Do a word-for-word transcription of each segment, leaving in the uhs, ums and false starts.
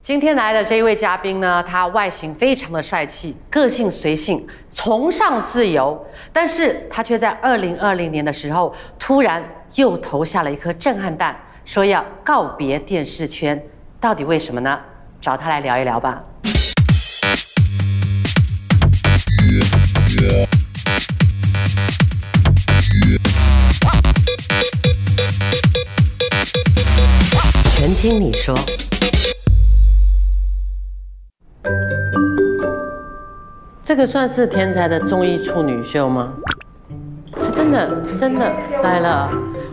今天来的这一位嘉宾呢，他外形非常的帅气，个性随性，崇尚自由，但是他却在二零二零年的时候，突然又投下了一颗震撼弹，说要告别电视圈，到底为什么呢？找他来聊一聊吧。全听你说。这个算是天才的综艺处女秀吗？他真的真的来了，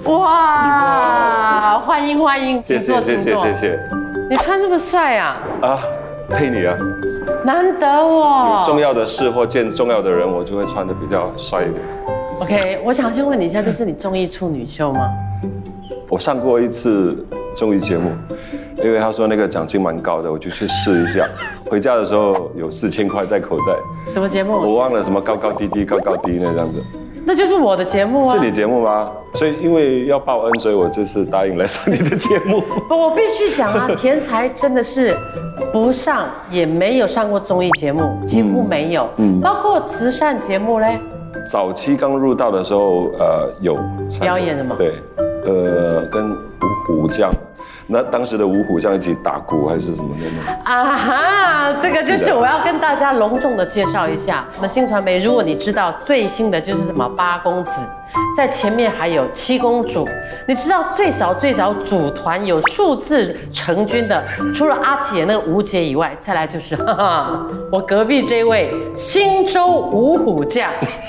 哇！欢迎欢迎， 谢谢谢谢谢谢。 你穿这么帅啊！ 啊，配你啊！ 难得哦。 有重要的事或见重要的人，我就会穿得比较帅一点。 OK， 我想先问你一下，这是你综艺处女秀吗？ 我上过一次综艺节目，因为他说那个奖金蛮高的，我就去试一下。回家的时候有四千块在口袋。 什么节目？ 我忘了什么高高低低高高低那这样子。 那就是我的节目啊。 是你节目吗？所以因为要报恩，所以我这次答应来上你的节目。 不，我必须讲啊，田才真的是不上也没有上过综艺节目，几乎没有。嗯。包括慈善节目嘞。 早期刚入道的时候，呃，有表演的吗？ 对。呃，跟五虎将，那当时的五虎将一起打鼓还是什么的呢？ 啊哈，这个就是我要跟大家隆重的介绍一下，我们新传媒，如果你知道最新的就是什么八公子，在前面还有七公主，你知道最早最早组团有数字成军的，除了阿姐那个吴姐以外，再来就是哈哈，我隔壁这位新州五虎将，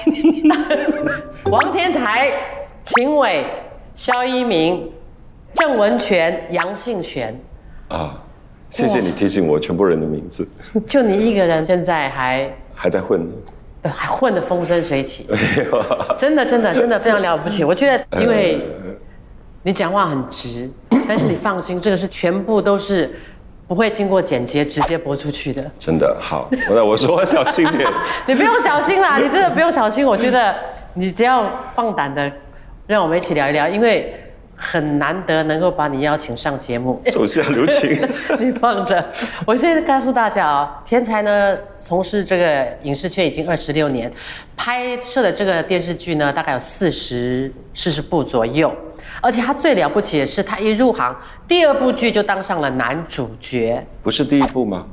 王天才、秦伟、萧一鸣、郑文泉、杨信玄。啊， 谢谢你提醒我全部人的名字。 就你一个人，现在还还在混， 还混得风生水起。真的，真的，真的非常了不起。我觉得，因为你讲话很直，但是你放心，这个是全部都是不会经过剪接直接播出去的。 真的好，那我说话小心点。 你不用小心啦，你真的不用小心。我觉得你只要放胆的。让我们一起聊一聊，因为很难得能够把你邀请上节目。 手下留情， 你放着。我现在告诉大家啊，天才呢从事这个影视圈已经二十六年，拍摄的这个电视剧呢大概有四十四十部左右，而且他最了不起的是，他一入行，第二部剧就当上了男主角。 不是第一部吗？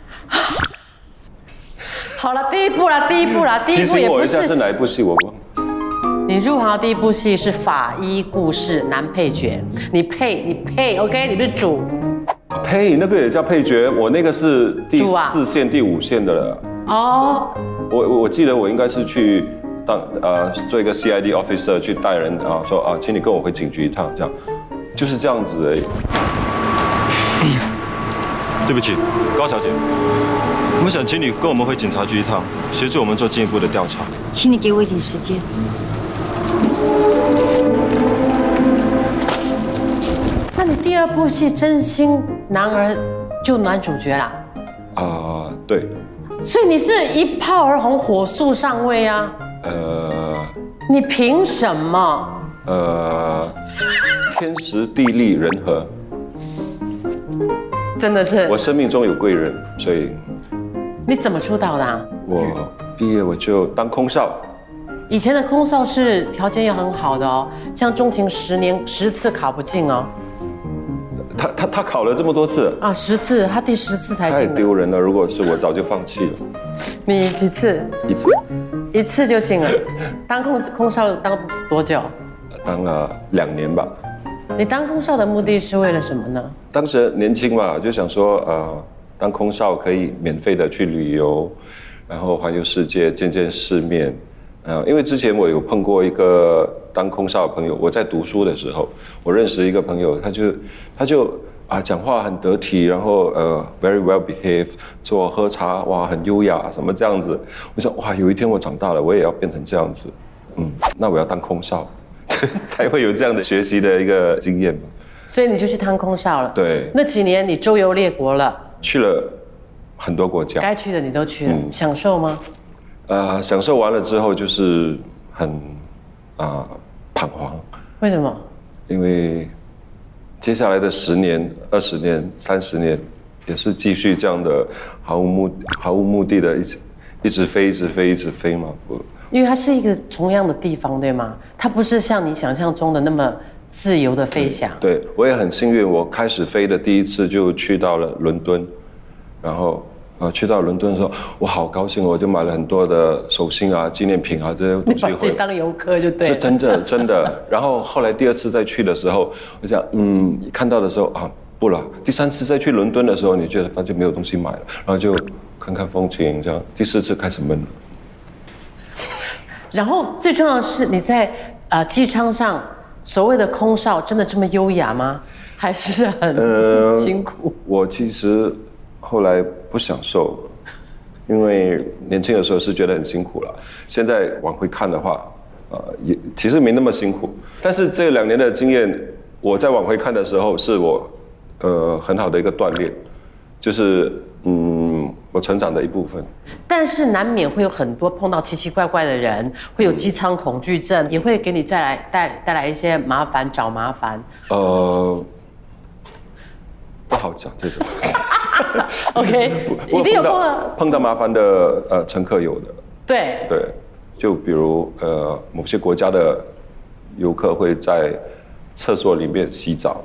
好了，第一部了，第一部了，第一部也不是。提醒我一下是哪一部戏，我忘了。 你入行的第一部戏是《法医故事》男配角，你配你配 ，OK， 你不是主。 配那个也叫配角，我那个是第四线、啊、第五线的了。哦。我我记得我应该是去当呃做一个 C I D officer 去带人啊，说啊，请你跟我回警局一趟，这样，就是这样子而已。 对不起，高小姐，我们想请你跟我们回警察局一趟，协助我们做进一步的调查。 请你给我一点时间。 那你第二部戏《真心男儿》就男主角啦？ 啊、呃，对。 所以你是一炮而红，火速上位啊？呃。你凭什么？呃， 天时地利人和。 真的是。 我生命中有贵人，所以。 你怎么出道的啊？ 我毕业我就当空少。 以前的空少是条件也很好的哦，像中情十年十次考不进哦。 他他他考了这么多次啊，十次，他第十次才进。 太丢人了！如果是我，早就放弃了。 你几次？ 一次。 一次就进了。当空空少当多久？ 当了两年吧。 你当空少的目的是为了什么呢？ 当时年轻嘛，就想说，呃，当空少可以免费的去旅游，然后环游世界，见见世面。呃，因为之前我有碰过一个当空少的朋友，我在读书的时候，我认识一个朋友，他就他就啊讲话很得体，然后呃 very well behaved， 做喝茶哇很优雅什么这样子。我想哇，有一天我长大了，我也要变成这样子，嗯，那我要当空少，才会有这样的学习的一个经验嘛。 所以你就去当空少了。 对。 那几年你周游列国了。 去了很多国家。 该去的你都去了，嗯、享受吗？ 呃，享受完了之后就是很啊、呃、彷徨。 为什么？ 因为接下来的十年、二十年、三十年， 也是继续这样的毫无目毫无目的的一直一直飞，一直飞，一直飞嘛。我因为它是一个同样的地方，对吗？它不是像你想象中的那么自由的飞翔。 对，我也很幸运，我开始飞的第一次就去到了伦敦，然后呃去到伦敦的时候，我好高兴，我就买了很多的手信啊、纪念品啊这些东西。 你把自己当游客就对了。 是真的真的。然后后来第二次再去的时候，我想嗯看到的时候啊不了。第三次再去伦敦的时候，你觉得发现没有东西买了，然后就看看风景这样。第四次开始闷了。 然后最重要的是你在呃机舱上所谓的空少真的这么优雅吗？还是很、呃、辛苦？ 我其实后来不享受，因为年轻的时候是觉得很辛苦了。现在往回看的话，呃，也其实没那么辛苦。但是这两年的经验，我在往回看的时候，是我呃很好的一个锻炼，就是嗯我成长的一部分。 但是难免会有很多碰到奇奇怪怪的人，会有机舱恐惧症，也会给你带来带带来一些麻烦，找麻烦。 呃，不好讲这种。 OK， 一定有碰到碰到麻烦的呃乘客有的。 对对，就比如呃某些国家的游客会在厕所里面洗澡。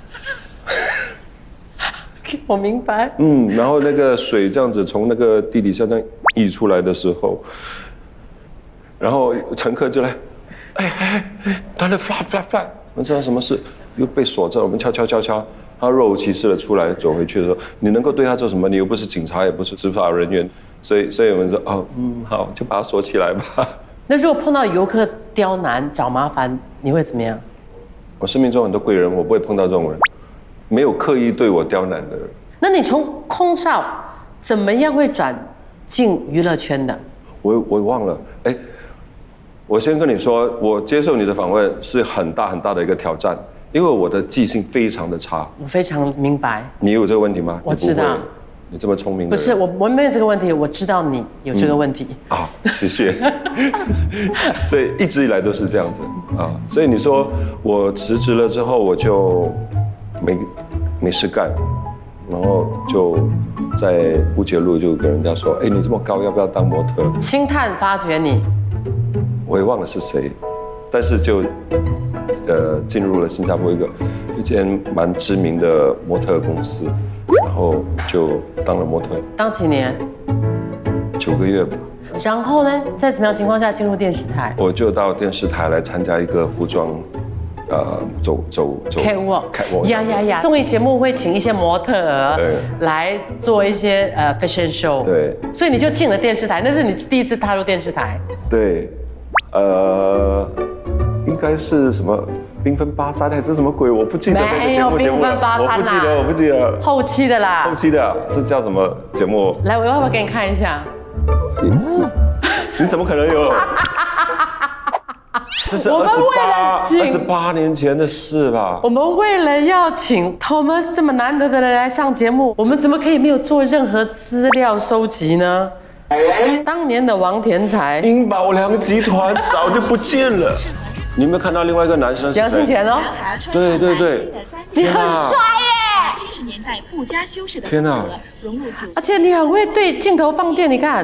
我明白。 嗯，然后那个水这样子从那个地底下这样溢出来的时候，然后乘客就来，哎哎哎，他的 fly fly fly， 我知道什么事，又被锁着，我们敲敲敲敲，他若无其事的出来走回去的时候，你能够对他做什么？你又不是警察，也不是执法人员，所以所以我们说，哦，嗯，好，就把它锁起来吧。 那如果碰到游客刁难找麻烦，你会怎么样？ 我生命中很多贵人，我不会碰到这种人。没有刻意对我刁难的人。 那你从空少怎么样会转进娱乐圈的？ 我我忘了，哎，我先跟你说，我接受你的访问是很大很大的一个挑战，因为我的记性非常的差。 我非常明白。 你有这个问题吗？ 我知道。 你这么聪明的人。 不是我，我没有这个问题，我知道你有这个问题。 嗯、啊，谢谢。所以一直以来都是这样子啊。所以你说我辞职了之后，我就没没事干，然后就在乌节路就跟人家说，哎，你这么高，要不要当模特？ 星探发掘你， 我也忘了是谁，但是就呃进入了新加坡一个一间蛮知名的模特公司。然后就当了模特， 当几年？ 九个月吧。 然后呢，在怎么样情况下进入电视台？ 我就到电视台来参加一个服装，呃，走走走 catwalk。呀呀呀！综艺节目会请一些模特儿来做一些呃 fashion show。 对。 所以你就进了电视台，那是你第一次踏入电视台。 对，呃，应该是什么？缤纷八三还是什么鬼？我不记得那个节目节目了。我不记得，我不记得。 后期的啦。 后期的是叫什么节目？ 来，我要不要给你看一下？ 嗯、你怎么可能有？这是二十八二十八年前的事吧？ 我们为了要请 Thomas 这么难得的人来上节目，我们怎么可以没有做任何资料收集呢？当年的王田才， 英宝良集团早就不见了。你有没有看到另外一个男生？ 杨幸田哦， 对对对， 你很帅耶！ 七十年代不加修饰的天哪， 融入九， 而且你很会对镜头放电，你看，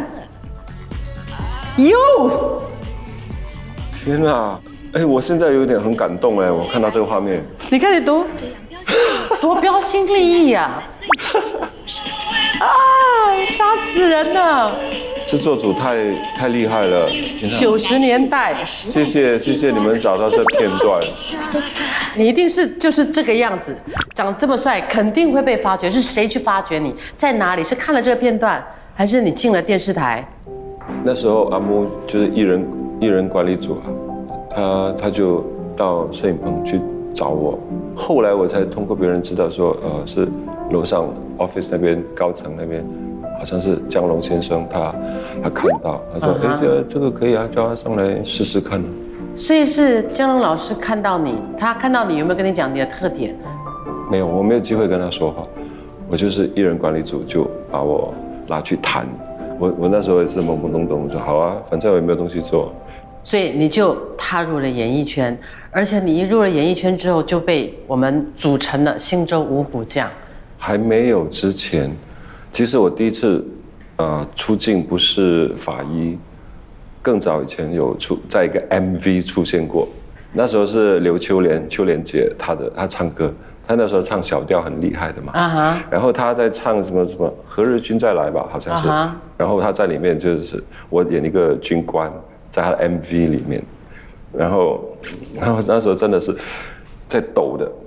哟， 天哪，哎，我现在有点很感动哎，我看到这个画面， 你看你多多标新立异呀！啊，杀死人了！ 制作组太太厉害了， 九十年代， 谢谢谢谢你们找到这片段。 你一定是就是这个样子，长这么帅，肯定会被发掘。是谁去发掘你？在哪里？是看了这个片段，还是你进了电视台？ 那时候阿木就是艺人艺人管理组啊，他他就到摄影棚去找我，后来我才通过别人知道说，呃，是楼上 office 那边高层那边。好像是江龙先生他，他看到，他说：“哎、uh huh. 欸，这这个可以啊，叫他上来试试看。” 所以是江龙老师看到你，他看到你有没有跟你讲你的特点？ 没有，我没有机会跟他说话，我就是艺人管理组就把我拉去谈。我我那时候也是懵懵懂懂，说好啊，反正我也没有东西做。 所以你就踏入了演艺圈，而且你一入了演艺圈之后，就被我们组成了星洲五虎将。 还没有之前，其实我第一次呃出镜不是法医，更早以前有出在一个 M V 出现过，那时候是刘秋莲秋莲姐她的她唱歌。他那时候唱小调很厉害的嘛， uh-huh. 然后他在唱什么什么何日君再来吧，好像是， uh-huh. 然后他在里面就是我演一个军官，在他的 M V 里面，然后然后那时候真的是在抖的，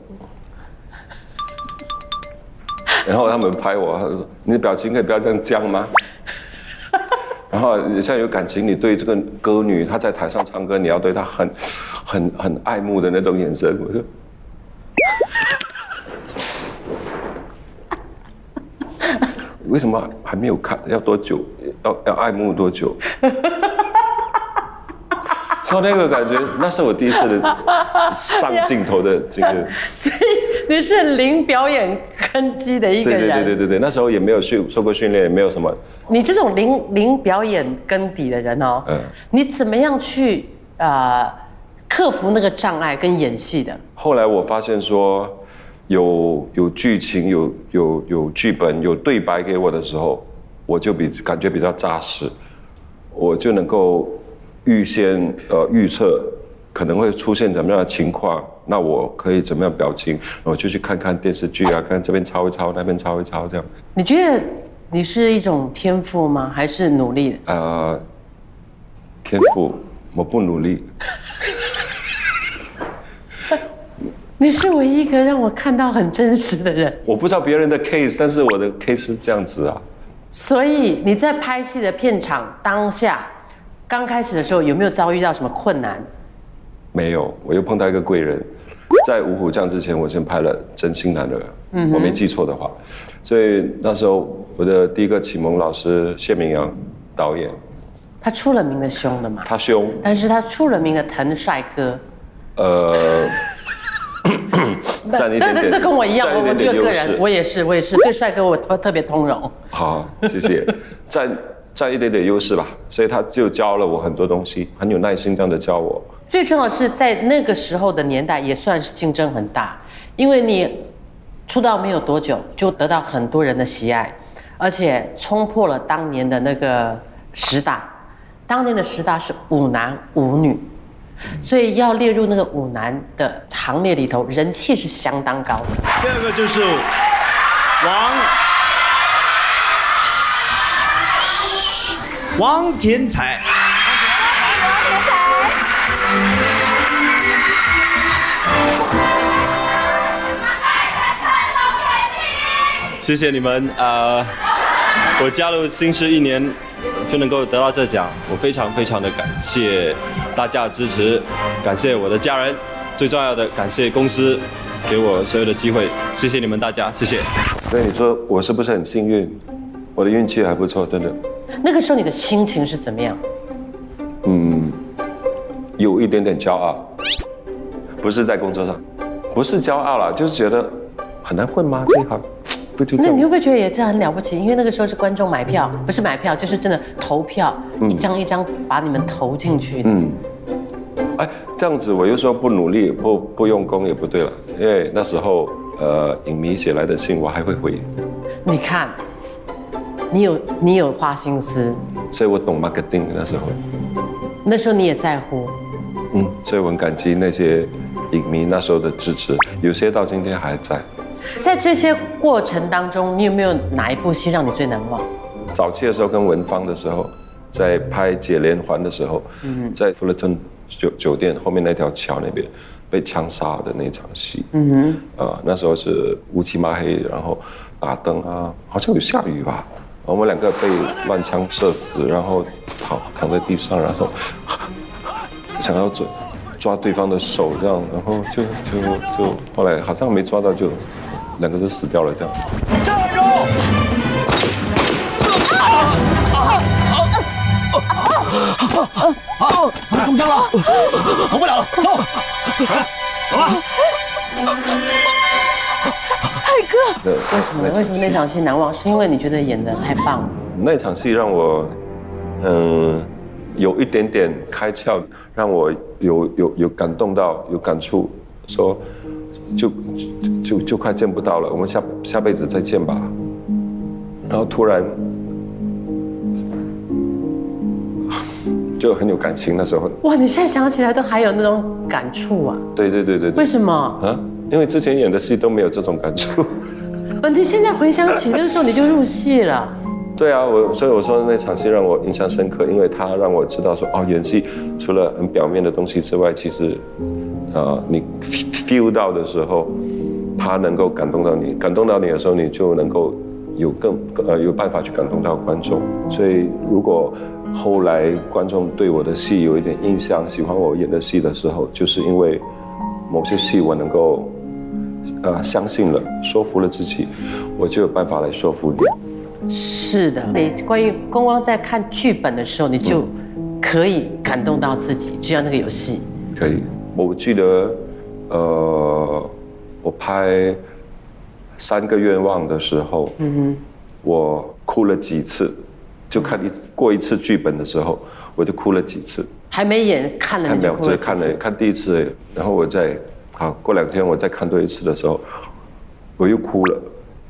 然后他们拍我，他说你的表情可以不要这样僵吗？然后像有感情，你对这个歌女她在台上唱歌，你要对她很很很爱慕的那种眼神，我说。为什么还没有看？要多久？要要爱慕多久？说那个感觉，那是我第一次的上镜头的经验。 所以你是零表演根基的一个人。 对对对对对，那时候也没有训受过训练，也没有什么。 你这种零零表演根底的人哦，嗯，你怎么样去呃克服那个障碍跟演戏的？ 后来我发现说。有有剧情，有有有剧本，有对白给我的时候，我就比感觉比较扎实，我就能够预先呃预测可能会出现怎么样的情况，那我可以怎么样表情，我就去看看电视剧啊，看这边抄一抄，那边抄一抄，这样。 你觉得你是一种天赋吗？还是努力的？ 呃，天赋，我不努力。 你是唯一一个让我看到很真实的人。 我不知道别人的 case， 但是我的 case 是这样子啊。 所以你在拍戏的片场当下，刚开始的时候有没有遭遇到什么困难？没有，我又碰到一个贵人。在《五虎将》之前，我先拍了《真心男儿》，嗯，我没记错的话。所以那时候我的第一个启蒙老师谢明阳导演， 他出了名的凶的嘛。 他凶， 但是他出了名的疼帅哥。 呃。占一点点， 这这跟我一样，我我这个个人，我也是，我也是对帅哥我特别通融。 好，谢谢，占占一点点优势吧，所以他就教了我很多东西，很有耐心这样的教我。 最重要的是在那个时候的年代，也算是竞争很大，因为你出道没有多久，就得到很多人的喜爱，而且冲破了当年的那个十大，当年的十大是五男五女。所以要列入那个五男的行列里头，人气是相当高的。 第二个就是王王天才。谢谢你们，呃，我加入新视一年。就能够得到这奖，我非常非常的感谢大家的支持，感谢我的家人，最重要的感谢公司给我所有的机会，谢谢你们大家，谢谢。 所以你说我是不是很幸运？我的运气还不错，真的。 那个时候你的心情是怎么样？ 嗯，有一点点骄傲，不是在工作上，不是骄傲啦，就是觉得很难混吗？这一行。 那你会不会觉得也这样很了不起？因为那个时候是观众买票，不是买票，就是真的投票，嗯、一张一张把你们投进去。嗯， 哎，这样子我又说不努力、不不用功也不对了，因为那时候呃影迷写来的信我还会回。 你看，你有你有花心思， 所以我懂 marketing 那时候。 那时候你也在乎。 嗯，所以我很感激那些影迷那时候的支持，有些到今天还在。 在这些过程当中，你有没有哪一部戏让你最难忘？ 早期的时候跟文芳的时候，在拍《解连环》的时候，嗯、在富勒顿酒酒店后面那条桥那边被枪杀的那场戏，嗯哼，呃，那时候是乌漆嘛黑，然后打灯啊，好像有下雨吧，我们两个被乱枪射死，然后躺躺在地上，然后想要抓抓对方的手这样，然后就就就后来好像没抓到就。两个都死掉了，这样。 站住！啊！中枪了，跑不了了，走，走吧。 海哥，为什么？为什么那场戏难忘？是因为你觉得演得太棒了？ 那场戏让我，嗯，有一点点开窍，让我有有有感动到，有感触，说。就就就就快见不到了，我们下下辈子再见吧。然后突然就很有感情，那时候。 哇，你现在想起来都还有那种感触啊？ 对对对对对。 为什么？ 啊？因为之前演的戏都没有这种感触。 你现在回想起那个时候你就入戏了。 对啊，我所以我说那场戏让我印象深刻，因为它让我知道说，哦，演戏除了很表面的东西之外，其实，呃，你 feel 到的时候，它能够感动到你，感动到你的时候，你就能够有更呃有办法去感动到观众。所以如果后来观众对我的戏有一点印象，喜欢我演的戏的时候，就是因为某些戏我能够呃相信了，说服了自己，我就有办法来说服你。 是的，你关于光光在看剧本的时候，你就可以感动到自己，只要那个有戏。 可以，我记得，呃，我拍《三个愿望》的时候，嗯哼，我哭了几次，就看一过一次剧本的时候，我就哭了几次。还没演，看了你就哭了几次？看了，看第一次，然后我再，好，过两天我再看多一次的时候，我又哭了。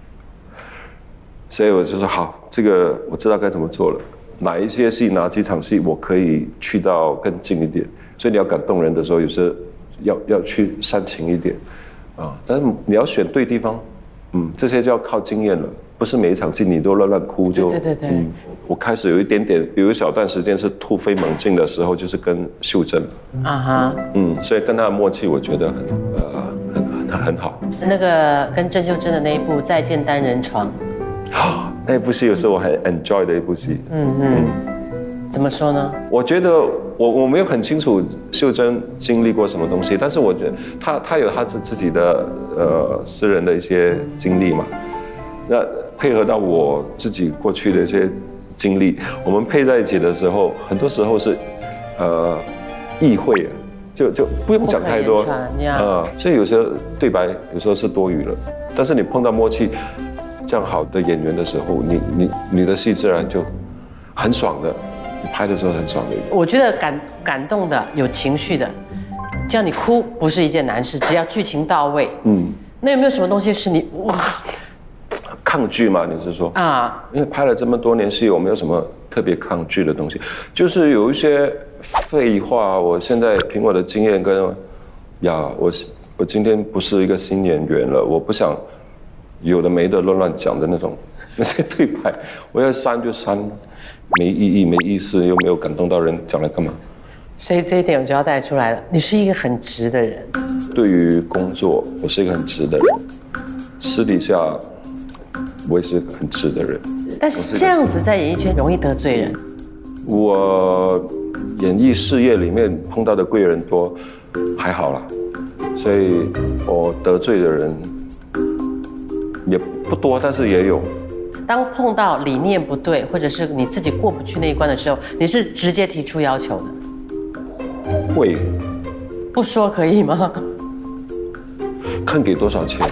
所以我就说好，这个我知道该怎么做了。哪一些戏，哪几场戏，我可以去到更近一点。所以你要感动人的时候，有时候要要去煽情一点，啊，但是你要选对地方，嗯，这些就要靠经验了。不是每一场戏你都乱乱哭就。对对对。嗯，我开始有一点点，有一小段时间是突飞猛进的时候，就是跟秀珍。啊哈。嗯，所以跟她的默契，我觉得很呃很很很好。那个跟郑秀珍的那一部《再见单人床》。啊，那部戏也是我很 enjoy 的一部戏。嗯嗯，怎么说呢？我觉得我我没有很清楚秀珍经历过什么东西，但是我觉得她她有她自自己的呃私人的一些经历嘛，那配合到我自己过去的一些经历，我们配在一起的时候，很多时候是呃意会，就就不用讲太多啊、呃，所以有些对白有时候是多余了，但是你碰到默契这样好的演员的时候，你你你的戏自然就很爽的，你拍的时候很爽的。我觉得感感动的、有情绪的，叫你哭不是一件难事，只要剧情到位。嗯，那有没有什么东西是你哇抗拒吗？你是说啊？因为拍了这么多年戏，我没有什么特别抗拒的东西，就是有一些废话。我现在凭我的经验跟呀，我我今天不是一个新演员了，我不想。有的没的乱乱讲的那种那些对白，我要删就删，没意义没意思，又没有感动到人，讲来干嘛？所以这一点我就要带出来了，你是一个很直的人。对于工作，我是一个很直的人，私底下我也是个很直的人。但是这样子在演艺圈容易得罪人。我演艺事业里面碰到的贵人多，还好啦，所以我得罪的人也不多，但是也有。当碰到理念不对，或者是你自己过不去那一关的时候，你是直接提出要求的？会。不说可以吗？看给多少钱。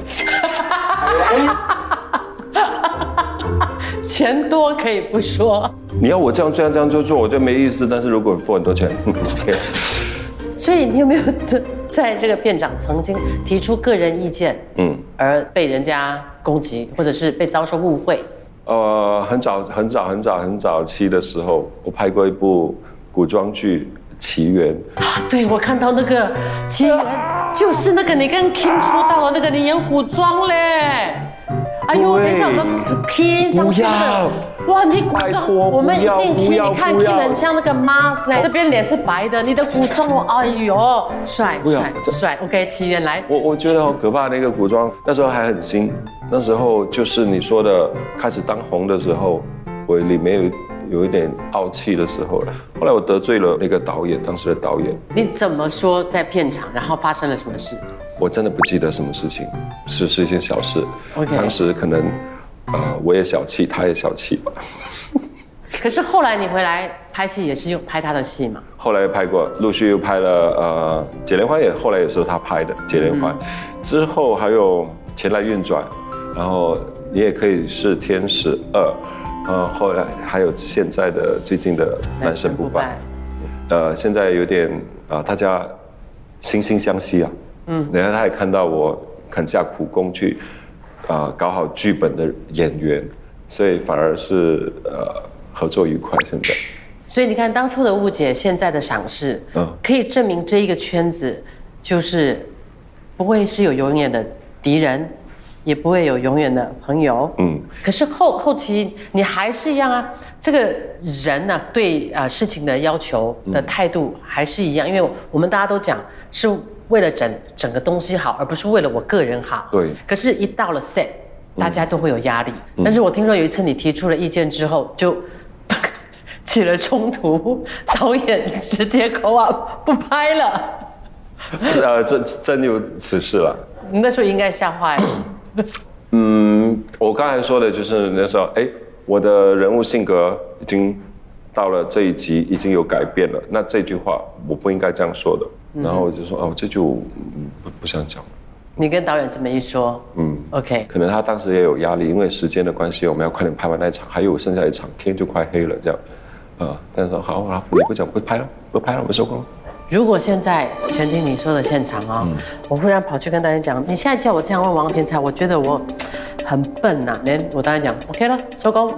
钱多可以不说。你要我这样这样这样就做，我就没意思。但是如果付很多钱，OK。所以你有没有在这个片场曾经提出个人意见，嗯，而被人家攻击，或者是被遭受误会？呃，很早很早很早很早期的时候，我拍过一部古装剧《奇缘》啊，对，我看到那个《奇缘》，就是那个你跟 Kim 出道的那个，你演古装嘞。哎呦，等一下我们 key 上去那个，哇，你古装，我们一定 key。你看 Kim 很像那个 Mars 嘞，这边脸是白的，你的古装哦，哎呦，帅帅帅 ，OK， 奇缘来。我我觉得好可怕，那个古装那时候还很新，那时候就是你说的开始当红的时候，我里面有有一点傲气的时候了。后来我得罪了那个导演，当时的导演。你怎么说在片场，然后发生了什么事？我真的不记得什么事情，是是一件小事。Okay. 当时可能，呃，我也小气，他也小气吧。可是后来你回来拍戏也是用拍他的戏嘛？后来拍过，陆续又拍了呃《解莲花》，也后来也是他拍的《解莲花》，嗯，之后还有《钱来运转》，然后你也可以是《天使二》，呃，后来还有现在的最近的《男神不败》，呃，现在有点啊，呃，大家惺惺相惜啊。嗯，然后他也看到我肯下苦功去啊、呃、搞好剧本的演员，所以反而是呃合作愉快。现在， 所以你看当初的误解，现在的赏识，嗯，可以证明这一个圈子就是不会是有永远的敌人，也不会有永远的朋友，嗯。可是后后期你还是一样啊，这个人呢、啊、对呃事情的要求的态度还是一样，因为我们大家都讲是为了整整个东西好，而不是为了我个人好。 对。可是，一到了 set， 大家都会有压力。嗯、但是我听说有一次你提出了意见之后，就起了冲突，导演直接口啊不拍了。 呃，这真有此事了。 你那时候应该吓坏了。 嗯，我刚才说的就是那时候，哎，我的人物性格已经到了这一集已经有改变了，那这句话我不应该这样说的。嗯、然后我就说，哦，这就不不想讲了。 你跟导演这么一说，嗯 ，OK， 可能他当时也有压力，因为时间的关系，我们要快点拍完那一场，还有剩下一场，天就快黑了，这样，啊、呃，但是说好，好，你不讲不拍了，不拍了，我们收工了。 如果现在全听你说的现场啊、哦，嗯、我忽然跑去跟导演讲，你现在叫我这样问王天才，我觉得我很笨呐、啊。连我导演讲 OK 了，收工。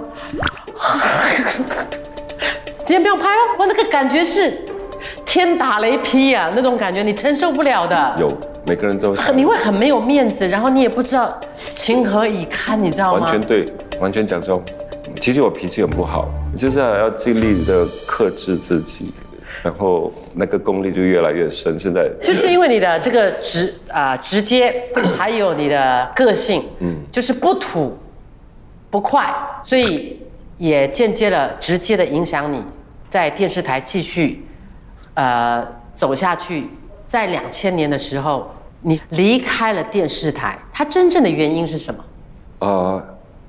今天不用拍了，我那个感觉是天打雷劈啊，那种感觉你承受不了的。 有，每个人都你会很没有面子，然后你也不知道情何以堪，你知道吗？ 完全对，完全讲中。其实我脾气很不好，就是要尽力的克制自己。然后那个功力就越来越深。现在就是因为你的这个直啊、呃、直接，还有你的个性，嗯，就是不吐不快，所以也间接了直接的影响你在电视台继续呃走下去。在两千年的时候，你离开了电视台，它真正的原因是什么？啊、呃。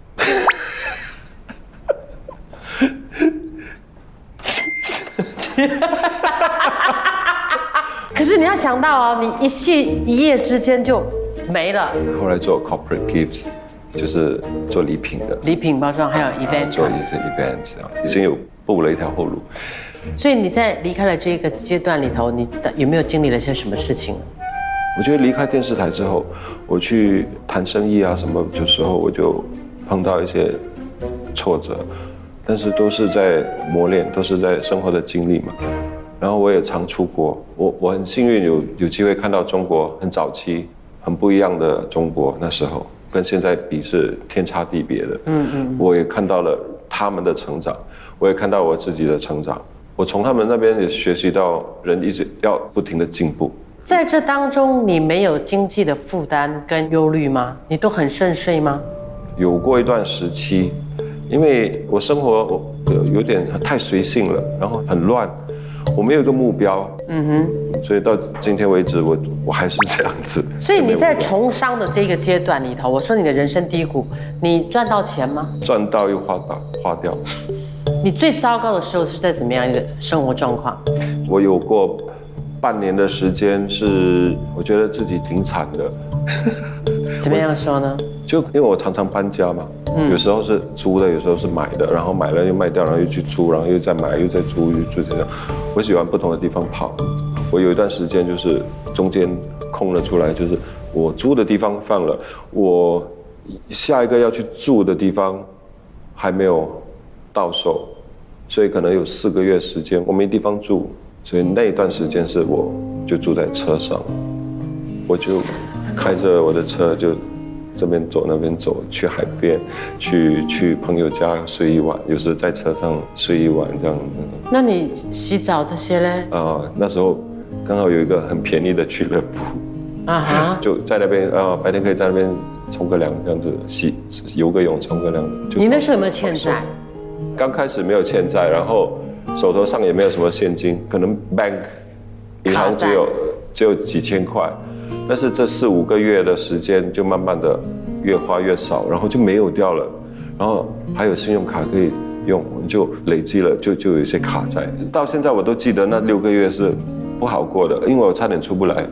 可是你要想到哦，你一夕一夜之间就没了。 后来做 corporate gifts， 就是做礼品的， 礼品包装还有 event， 做一些 event 啊，已经有步了一条后路。 所以你在离开了这个阶段里头，你有没有经历了些什么事情？ 我觉得离开电视台之后，我去谈生意啊什么，有时候我就碰到一些挫折。但是都是在磨练，都是在生活的经历嘛。然后我也常出国，我我很幸运有有机会看到中国很早期、很不一样的中国，那时候跟现在比是天差地别的。嗯嗯。我也看到了他们的成长，我也看到我自己的成长。我从他们那边也学习到，人一直要不停的进步。 在这当中，你没有经济的负担跟忧虑吗？你都很顺遂吗？ 有过一段时期。因为我生活我有点太随性了，然后很乱，我没有一个目标，嗯哼，所以到今天为止，我我还是这样子。 所以你在从商的这个阶段里头，我说你的人生低谷，你赚到钱吗？ 赚到又花到花掉。 你最糟糕的时候是在怎么样一个生活状况？ 我有过半年的时间是，我觉得自己挺惨的。 怎么样说呢？ 就因为我常常搬家嘛，嗯、有时候是租的，有时候是买的，然后买了又卖掉，然后又去租，然后又再买，又再租，又租这样。我喜欢不同的地方跑。我有一段时间就是中间空了出来，就是我租的地方放了，我下一个要去住的地方还没有到手，所以可能有四个月时间我没地方住，所以那一段时间是我就住在车上，我就开着我的车就。这边走那边走，去海边，去去朋友家睡一晚，有时候在车上睡一晚这样。 那你洗澡这些呢？ 啊、呃，那时候刚好有一个很便宜的俱乐部，啊哈，就在那边啊、呃，白天可以在那边冲个凉，这样子洗游个泳，冲个凉。 你那时候有没有欠债？ 刚开始没有欠债，然后手头上也没有什么现金，可能 bank 银行只有只有几千块。但是这四五个月的时间就慢慢的越花越少，然后就没有掉了，然后还有信用卡可以用，就累积了，就就有一些卡债。到现在我都记得那六个月是不好过的，因为我差点出不来。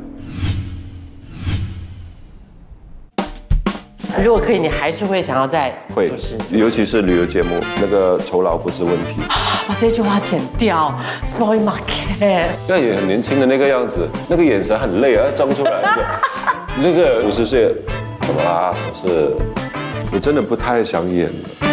如果可以，你还是会想要再会，尤其是旅游节目，那个酬劳不是问题。 把这句话剪掉 ，spoil market。 那也很年轻的那个样子，那个眼神很累啊，装出来。 那个五十岁怎么啦？是，我真的不太想演了。